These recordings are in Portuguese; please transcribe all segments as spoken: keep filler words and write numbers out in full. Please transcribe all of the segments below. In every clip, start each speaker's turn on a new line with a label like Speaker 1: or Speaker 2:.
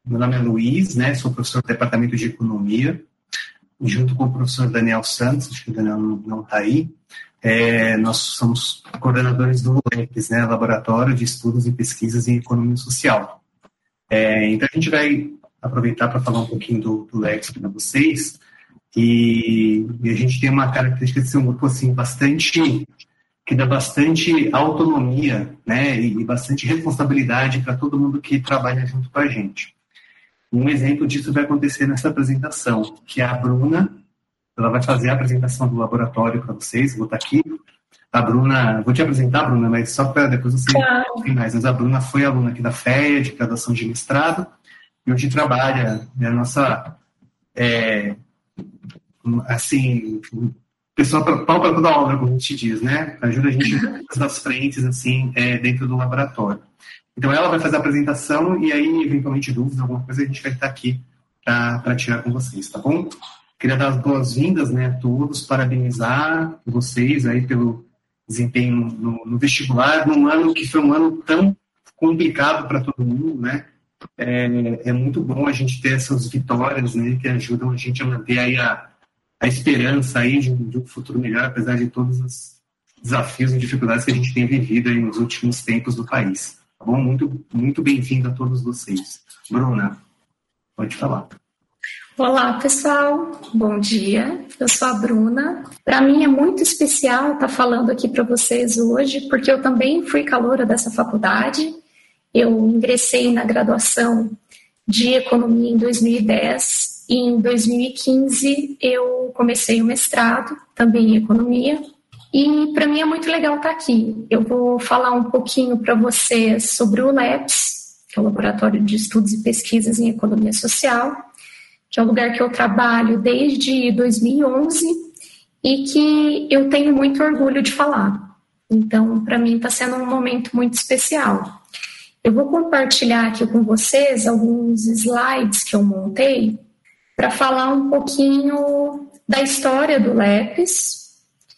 Speaker 1: meu nome é Luiz, né? Sou professor do Departamento de Economia, junto com o professor Daniel Santos, acho que o Daniel não está aí. É, nós somos coordenadores do LEPS, né? Laboratório de Estudos e Pesquisas em Economia Social. É, então, a gente vai aproveitar para falar um pouquinho do, do LEPS para vocês. E, e a gente tem uma característica de ser um grupo assim, bastante... que dá bastante autonomia, né, e bastante responsabilidade para todo mundo que trabalha junto com a gente. Um exemplo disso vai acontecer nessa apresentação, que é a Bruna, ela vai fazer a apresentação do laboratório para vocês, vou estar aqui. A Bruna, vou te apresentar, Bruna, mas só para depois você entender mais. Mas a Bruna foi aluna aqui da F E A, de graduação de mestrado, e hoje trabalha, é a nossa, é, assim... pessoal pau para toda obra, como a gente diz, né? Ajuda a gente em todas as frentes, assim, é, dentro do laboratório. Então, ela vai fazer a apresentação e aí, eventualmente, dúvidas, alguma coisa, a gente vai estar aqui para tirar com vocês, tá bom? Queria dar as boas-vindas, né, a todos, parabenizar vocês aí pelo desempenho no, no vestibular, num ano que foi um ano tão complicado para todo mundo, né? É, é muito bom a gente ter essas vitórias, né, que ajudam a gente a manter aí a a esperança aí de, de um futuro melhor, apesar de todos os desafios e dificuldades que a gente tem vivido aí nos últimos tempos do país. Tá bom? Muito, muito bem-vindo a todos vocês. Bruna, pode falar.
Speaker 2: Olá, pessoal. Bom dia. Eu sou a Bruna. Para mim é muito especial estar falando aqui para vocês hoje, porque eu também fui caloura dessa faculdade. Eu ingressei na graduação de Economia em dois mil e dez. E em dois mil e quinze eu comecei o mestrado, também em Economia, e para mim é muito legal estar aqui. Eu vou falar um pouquinho para vocês sobre o LEPS, que é o Laboratório de Estudos e Pesquisas em Economia Social, que é um lugar que eu trabalho desde dois mil e onze e que eu tenho muito orgulho de falar. Então, para mim está sendo um momento muito especial. Eu vou compartilhar aqui com vocês alguns slides que eu montei para falar um pouquinho da história do LEPS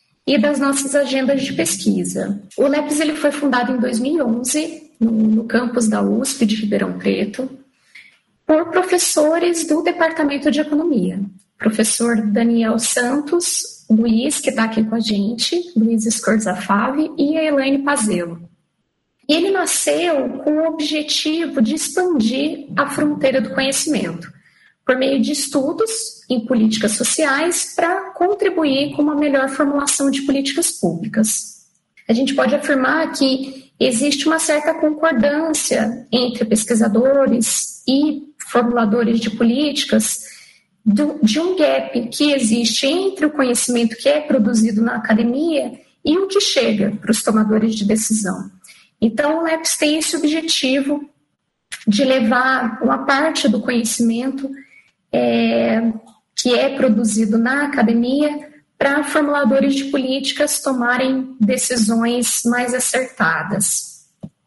Speaker 2: e das nossas agendas de pesquisa. O LEPS ele foi fundado em dois mil e onze, no, no campus da U S P de Ribeirão Preto, por professores do Departamento de Economia. Professor Daniel Santos, Luiz, que está aqui com a gente, Luiz Scorzafave, e a Elaine Pazelo. E ele nasceu com o objetivo de expandir a fronteira do conhecimento, por meio de estudos em políticas sociais para contribuir com uma melhor formulação de políticas públicas. A gente pode afirmar que existe uma certa concordância entre pesquisadores e formuladores de políticas do, de um gap que existe entre o conhecimento que é produzido na academia e o que chega para os tomadores de decisão. Então, o LEPS tem esse objetivo de levar uma parte do conhecimento É, que é produzido na academia para formuladores de políticas tomarem decisões mais acertadas.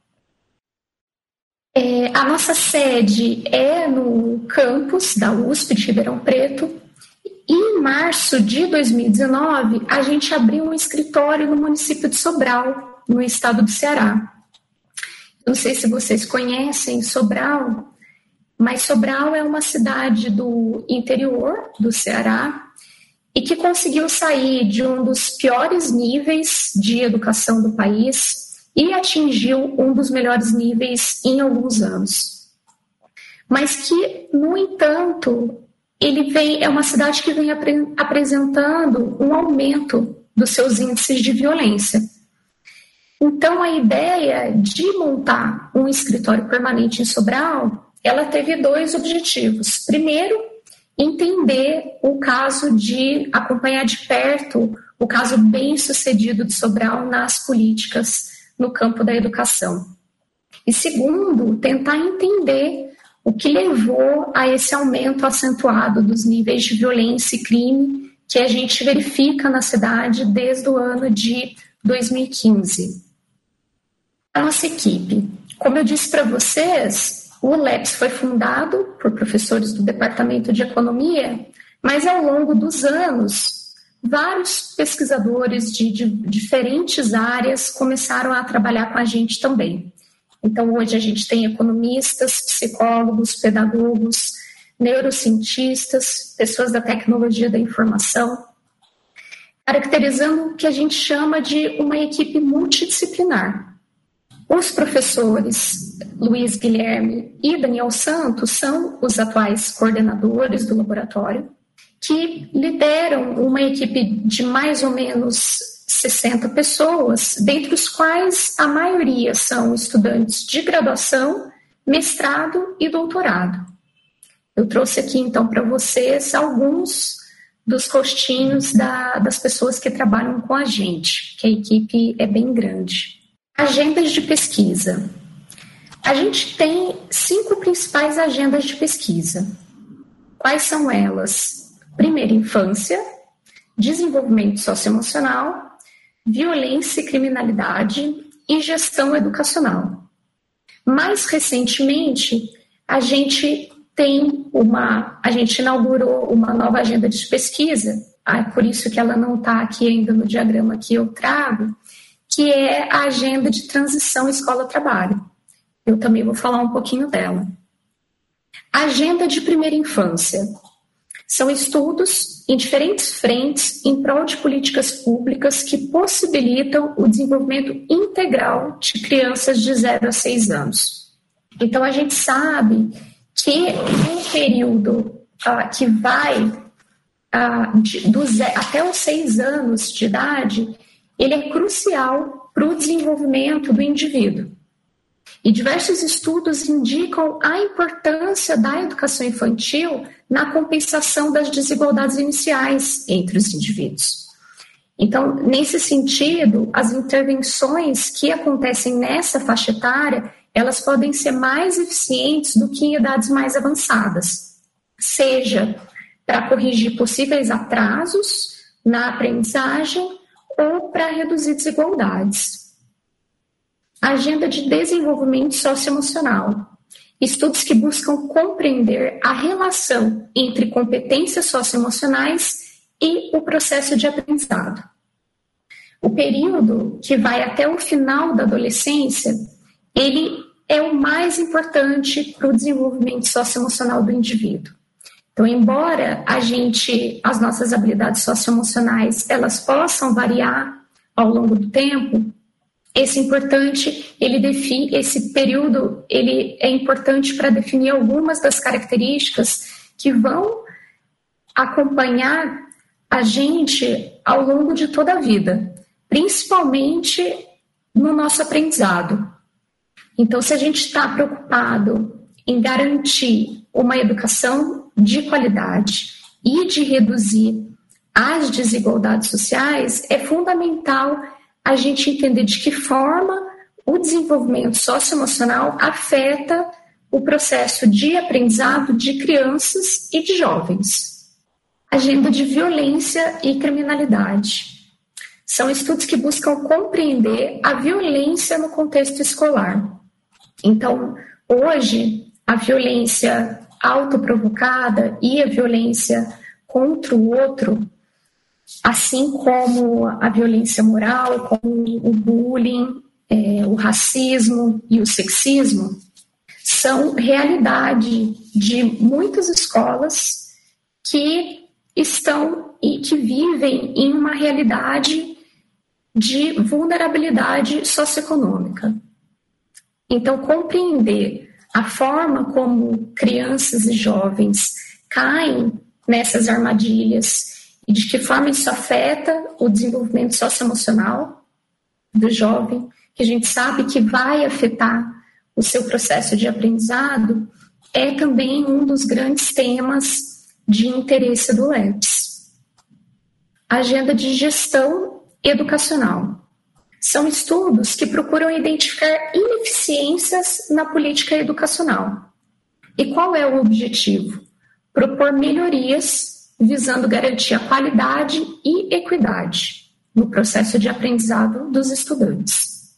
Speaker 2: É, a nossa sede é no campus da U S P de Ribeirão Preto e em março de dois mil e dezenove a gente abriu um escritório no município de Sobral, no estado do Ceará. Não sei se vocês conhecem Sobral, mas Sobral é uma cidade do interior do Ceará e que conseguiu sair de um dos piores níveis de educação do país e atingiu um dos melhores níveis em alguns anos. Mas que, no entanto, ele vem, é uma cidade que vem apre, apresentando um aumento dos seus índices de violência. Então, a ideia de montar um escritório permanente em Sobral, ela teve dois objetivos. Primeiro, entender o caso de acompanhar de perto o caso bem sucedido de Sobral nas políticas no campo da educação. E segundo, tentar entender o que levou a esse aumento acentuado dos níveis de violência e crime que a gente verifica na cidade desde o ano de dois mil e quinze. A nossa equipe, como eu disse para vocês, o LEPS foi fundado por professores do Departamento de Economia, mas ao longo dos anos, vários pesquisadores de, de diferentes áreas começaram a trabalhar com a gente também. Então, hoje a gente tem economistas, psicólogos, pedagogos, neurocientistas, pessoas da tecnologia da informação, caracterizando o que a gente chama de uma equipe multidisciplinar. Os professores Luiz Guilherme e Daniel Santos são os atuais coordenadores do laboratório, que lideram uma equipe de mais ou menos sessenta pessoas, dentre os quais a maioria são estudantes de graduação, mestrado e doutorado. Eu trouxe aqui, então, para vocês alguns dos rostinhos da, das pessoas que trabalham com a gente, que a equipe é bem grande. Agendas de pesquisa. A gente tem cinco principais agendas de pesquisa. Quais são elas? Primeira infância, desenvolvimento socioemocional, violência e criminalidade e gestão educacional. Mais recentemente, a gente tem uma, a gente inaugurou uma nova agenda de pesquisa, é por isso que ela não está aqui ainda no diagrama que eu trago, que é a agenda de transição escola-trabalho. Eu também vou falar um pouquinho dela. Agenda de primeira infância. São estudos em diferentes frentes em prol de políticas públicas que possibilitam o desenvolvimento integral de crianças de zero a seis anos. Então, a gente sabe que um período ah, que vai ah, de, do zero, até os seis anos de idade, ele é crucial para o desenvolvimento do indivíduo. E diversos estudos indicam a importância da educação infantil na compensação das desigualdades iniciais entre os indivíduos. Então, nesse sentido, as intervenções que acontecem nessa faixa etária, elas podem ser mais eficientes do que em idades mais avançadas, seja para corrigir possíveis atrasos na aprendizagem ou para reduzir desigualdades. Agenda de desenvolvimento socioemocional. Estudos que buscam compreender a relação entre competências socioemocionais e o processo de aprendizado. O período que vai até o final da adolescência, ele é o mais importante para o desenvolvimento socioemocional do indivíduo. Então, embora a gente, as nossas habilidades socioemocionais, elas possam variar ao longo do tempo, esse importante, ele define, esse período, ele é importante para definir algumas das características que vão acompanhar a gente ao longo de toda a vida, principalmente no nosso aprendizado. Então, se a gente está preocupado em garantir uma educação de qualidade e de reduzir as desigualdades sociais, é fundamental a gente entender de que forma o desenvolvimento socioemocional afeta o processo de aprendizado de crianças e de jovens. Agenda de violência e criminalidade. São estudos que buscam compreender a violência no contexto escolar. Então, hoje, a violência autoprovocada e a violência contra o outro, assim como a violência moral, como o bullying, é, o racismo e o sexismo, são realidade de muitas escolas que estão e que vivem em uma realidade de vulnerabilidade socioeconômica. Então, compreender a forma como crianças e jovens caem nessas armadilhas e de que forma isso afeta o desenvolvimento socioemocional do jovem, que a gente sabe que vai afetar o seu processo de aprendizado, é também um dos grandes temas de interesse do L E P S. Agenda de gestão educacional. São estudos que procuram identificar ineficiências na política educacional. E qual é o objetivo? Propor melhorias visando garantir a qualidade e equidade no processo de aprendizado dos estudantes.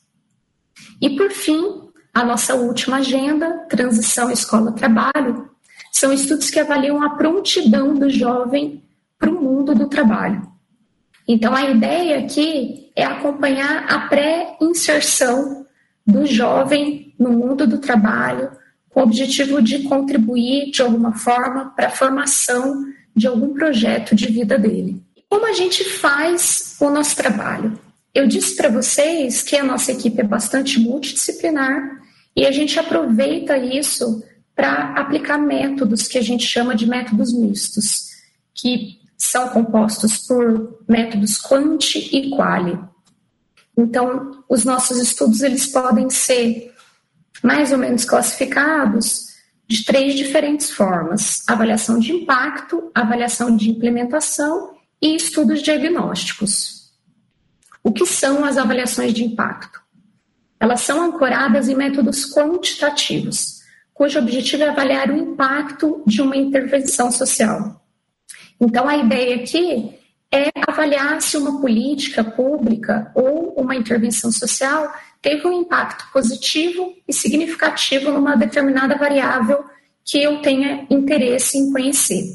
Speaker 2: E, por fim, a nossa última agenda, Transição Escola-Trabalho, são estudos que avaliam a prontidão do jovem para o mundo do trabalho. Então, a ideia aqui é acompanhar a pré-inserção do jovem no mundo do trabalho, com o objetivo de contribuir de alguma forma para a formação de algum projeto de vida dele. Como a gente faz o nosso trabalho? Eu disse para vocês que a nossa equipe é bastante multidisciplinar e a gente aproveita isso para aplicar métodos que a gente chama de métodos mistos, que são compostos por métodos quanti e quali. Então, os nossos estudos eles podem ser mais ou menos classificados de três diferentes formas: avaliação de impacto, avaliação de implementação e estudos diagnósticos. O que são as avaliações de impacto? Elas são ancoradas em métodos quantitativos, cujo objetivo é avaliar o impacto de uma intervenção social. Então, a ideia aqui é avaliar se uma política pública ou uma intervenção social teve um impacto positivo e significativo numa determinada variável que eu tenha interesse em conhecer.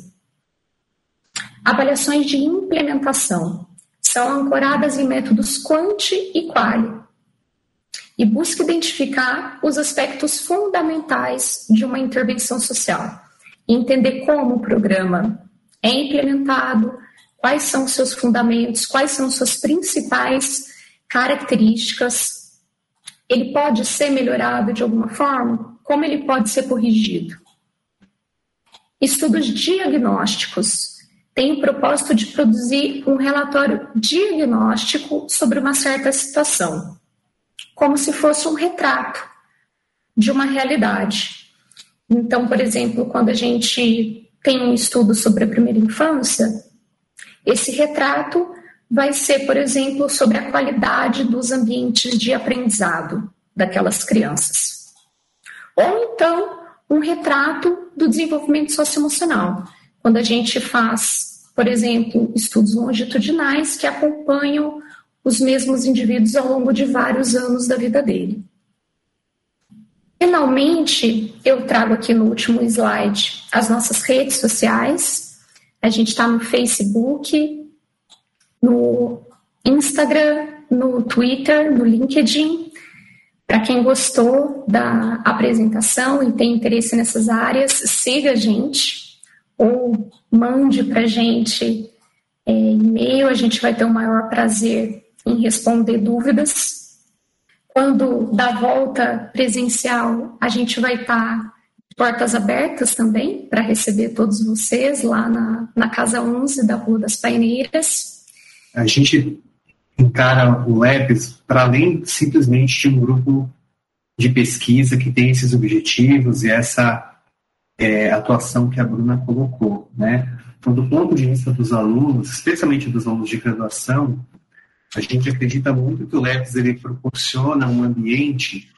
Speaker 2: Avaliações de implementação são ancoradas em métodos quanti e quali e busca identificar os aspectos fundamentais de uma intervenção social, entender como o programa é implementado, quais são os seus fundamentos, quais são suas principais características. Ele pode ser melhorado de alguma forma? Como ele pode ser corrigido? Estudos diagnósticos têm o propósito de produzir um relatório diagnóstico sobre uma certa situação, como se fosse um retrato de uma realidade. Então, por exemplo, quando a gente tem um estudo sobre a primeira infância, esse retrato vai ser, por exemplo, sobre a qualidade dos ambientes de aprendizado daquelas crianças. Ou então, um retrato do desenvolvimento socioemocional, quando a gente faz, por exemplo, estudos longitudinais que acompanham os mesmos indivíduos ao longo de vários anos da vida dele. Finalmente, eu trago aqui no último slide as nossas redes sociais. A gente está no Facebook, no Instagram, no Twitter, no LinkedIn. Para quem gostou da apresentação e tem interesse nessas áreas, siga a gente ou mande para a gente é, e-mail. A gente vai ter o maior prazer em responder dúvidas. Quando da volta presencial, a gente vai estar de portas abertas também para receber todos vocês lá na, na Casa onze da Rua das Paineiras.
Speaker 1: A gente encara o Labs para além simplesmente de um grupo de pesquisa que tem esses objetivos e essa é, atuação que a Bruna colocou, né? Então, do ponto de vista dos alunos, especialmente dos alunos de graduação, a gente acredita muito que o Labs ele proporciona um ambiente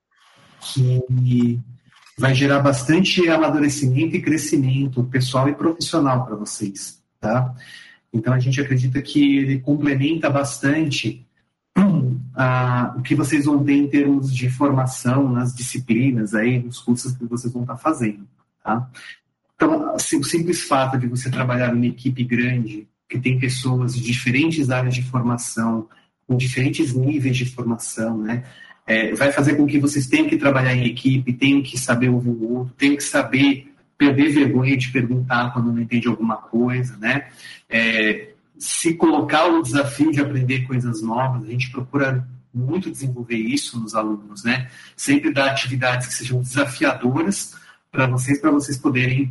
Speaker 1: que vai gerar bastante amadurecimento e crescimento pessoal e profissional para vocês, tá? Então, a gente acredita que ele complementa bastante a, o que vocês vão ter em termos de formação nas disciplinas, aí, nos cursos que vocês vão estar fazendo, tá? Então, assim, o simples fato de você trabalhar numa equipe grande, que tem pessoas de diferentes áreas de formação, com diferentes níveis de formação, né? É, vai fazer com que vocês tenham que trabalhar em equipe, tenham que saber ouvir o outro, tenham que saber perder vergonha de perguntar quando não entende alguma coisa, né? É, se colocar o desafio de aprender coisas novas, a gente procura muito desenvolver isso nos alunos, né? Sempre dar atividades que sejam desafiadoras para vocês, para vocês poderem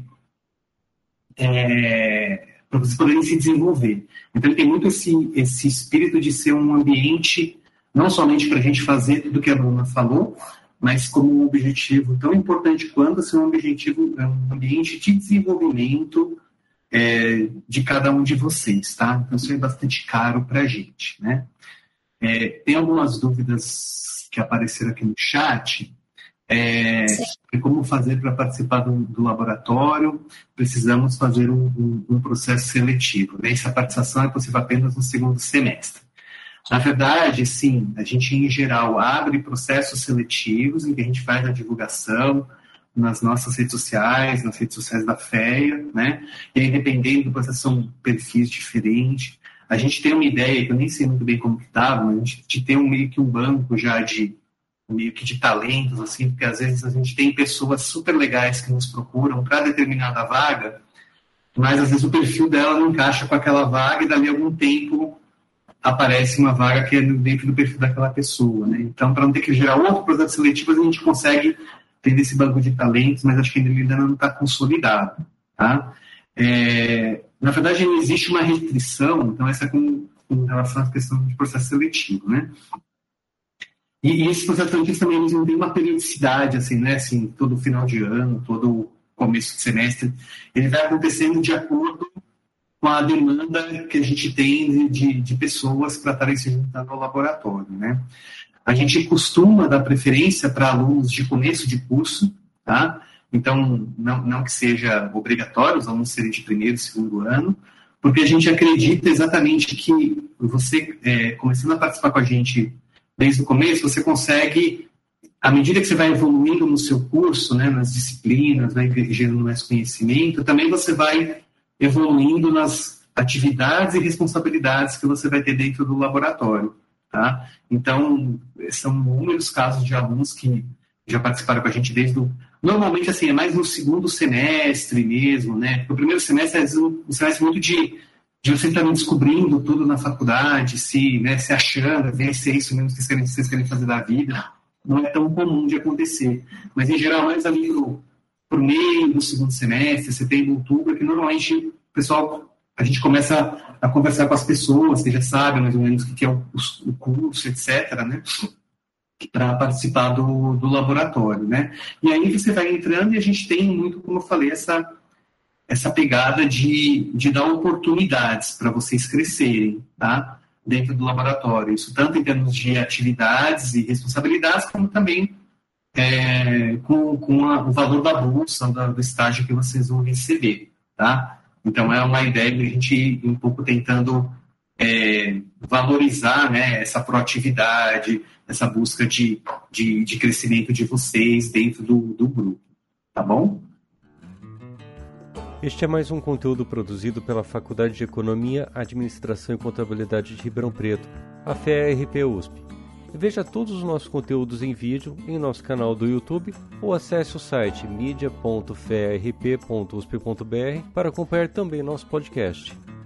Speaker 1: é, para vocês poderem se desenvolver. Então, tem muito esse, esse espírito de ser um ambiente, não somente para a gente fazer tudo que a Bruna falou, mas como um objetivo tão importante quanto ser um objetivo, um ambiente de desenvolvimento é, de cada um de vocês, tá? Então, isso é bastante caro para a gente, né? É, tem algumas dúvidas que apareceram aqui no chat. É, como fazer para participar do, do laboratório? Precisamos fazer um, um, um processo seletivo, né? Essa participação é possível apenas no segundo semestre. Na verdade, sim, a gente em geral abre processos seletivos em que a gente faz a divulgação nas nossas redes sociais, nas redes sociais da F E A, né? E aí, dependendo do processo, são perfis diferentes. A gente tem uma ideia, que eu nem sei muito bem como que estava, mas a gente tem um, meio que um banco já de meio que de talentos, assim, porque às vezes a gente tem pessoas super legais que nos procuram para determinada vaga, mas às vezes o perfil dela não encaixa com aquela vaga e dali a algum tempo aparece uma vaga que é dentro do perfil daquela pessoa, né? Então, para não ter que gerar outro processo seletivo, a gente consegue ter esse banco de talentos, mas acho que ainda não está consolidado, tá? É, na verdade, não existe uma restrição, então essa é com, com relação à questão de processo seletivo, né? E, e esses processos seletivos também eles não têm uma periodicidade, assim, né? Assim, todo final de ano, todo começo de semestre, ele vai acontecendo de acordo com a demanda que a gente tem de, de pessoas para estarem se juntando ao laboratório, né? A gente costuma dar preferência para alunos de começo de curso, tá? Então, não, não que seja obrigatório os alunos serem de primeiro e segundo ano, porque a gente acredita exatamente que você, é, começando a participar com a gente desde o começo, você consegue, à medida que você vai evoluindo no seu curso, né, nas disciplinas, vai gerando mais conhecimento, também você vai evoluindo nas atividades e responsabilidades que você vai ter dentro do laboratório, tá? Então, são inúmeros casos de alunos que já participaram com a gente desde o... Normalmente, assim, é mais no segundo semestre mesmo, né? O primeiro semestre é um semestre muito de, de você estar descobrindo tudo na faculdade, se, né, se achando, ver se é isso mesmo que vocês querem fazer da vida. Não é tão comum de acontecer. Mas, em geral, mais ali no por meio do segundo semestre, setembro, outubro, que normalmente o pessoal, a gente começa a conversar com as pessoas, que já sabem mais ou menos o que é o, o curso, etcétera, né? Para participar do, do laboratório, né? E aí você vai entrando e a gente tem muito, como eu falei, essa, essa pegada de, de dar oportunidades para vocês crescerem, tá? Dentro do laboratório. Isso tanto em termos de atividades e responsabilidades, como também É, com, com a, o valor da bolsa, do, do estágio que vocês vão receber, tá? Então, é uma ideia de a gente ir um pouco tentando é, valorizar, né, essa proatividade, essa busca de, de, de crescimento de vocês dentro do, do grupo, tá bom?
Speaker 3: Este é mais um conteúdo produzido pela Faculdade de Economia, Administração e Contabilidade de Ribeirão Preto, a F E A R P U S P. Veja todos os nossos conteúdos em vídeo em nosso canal do YouTube ou acesse o site media ponto f e a r p ponto u s p ponto b r para acompanhar também nosso podcast.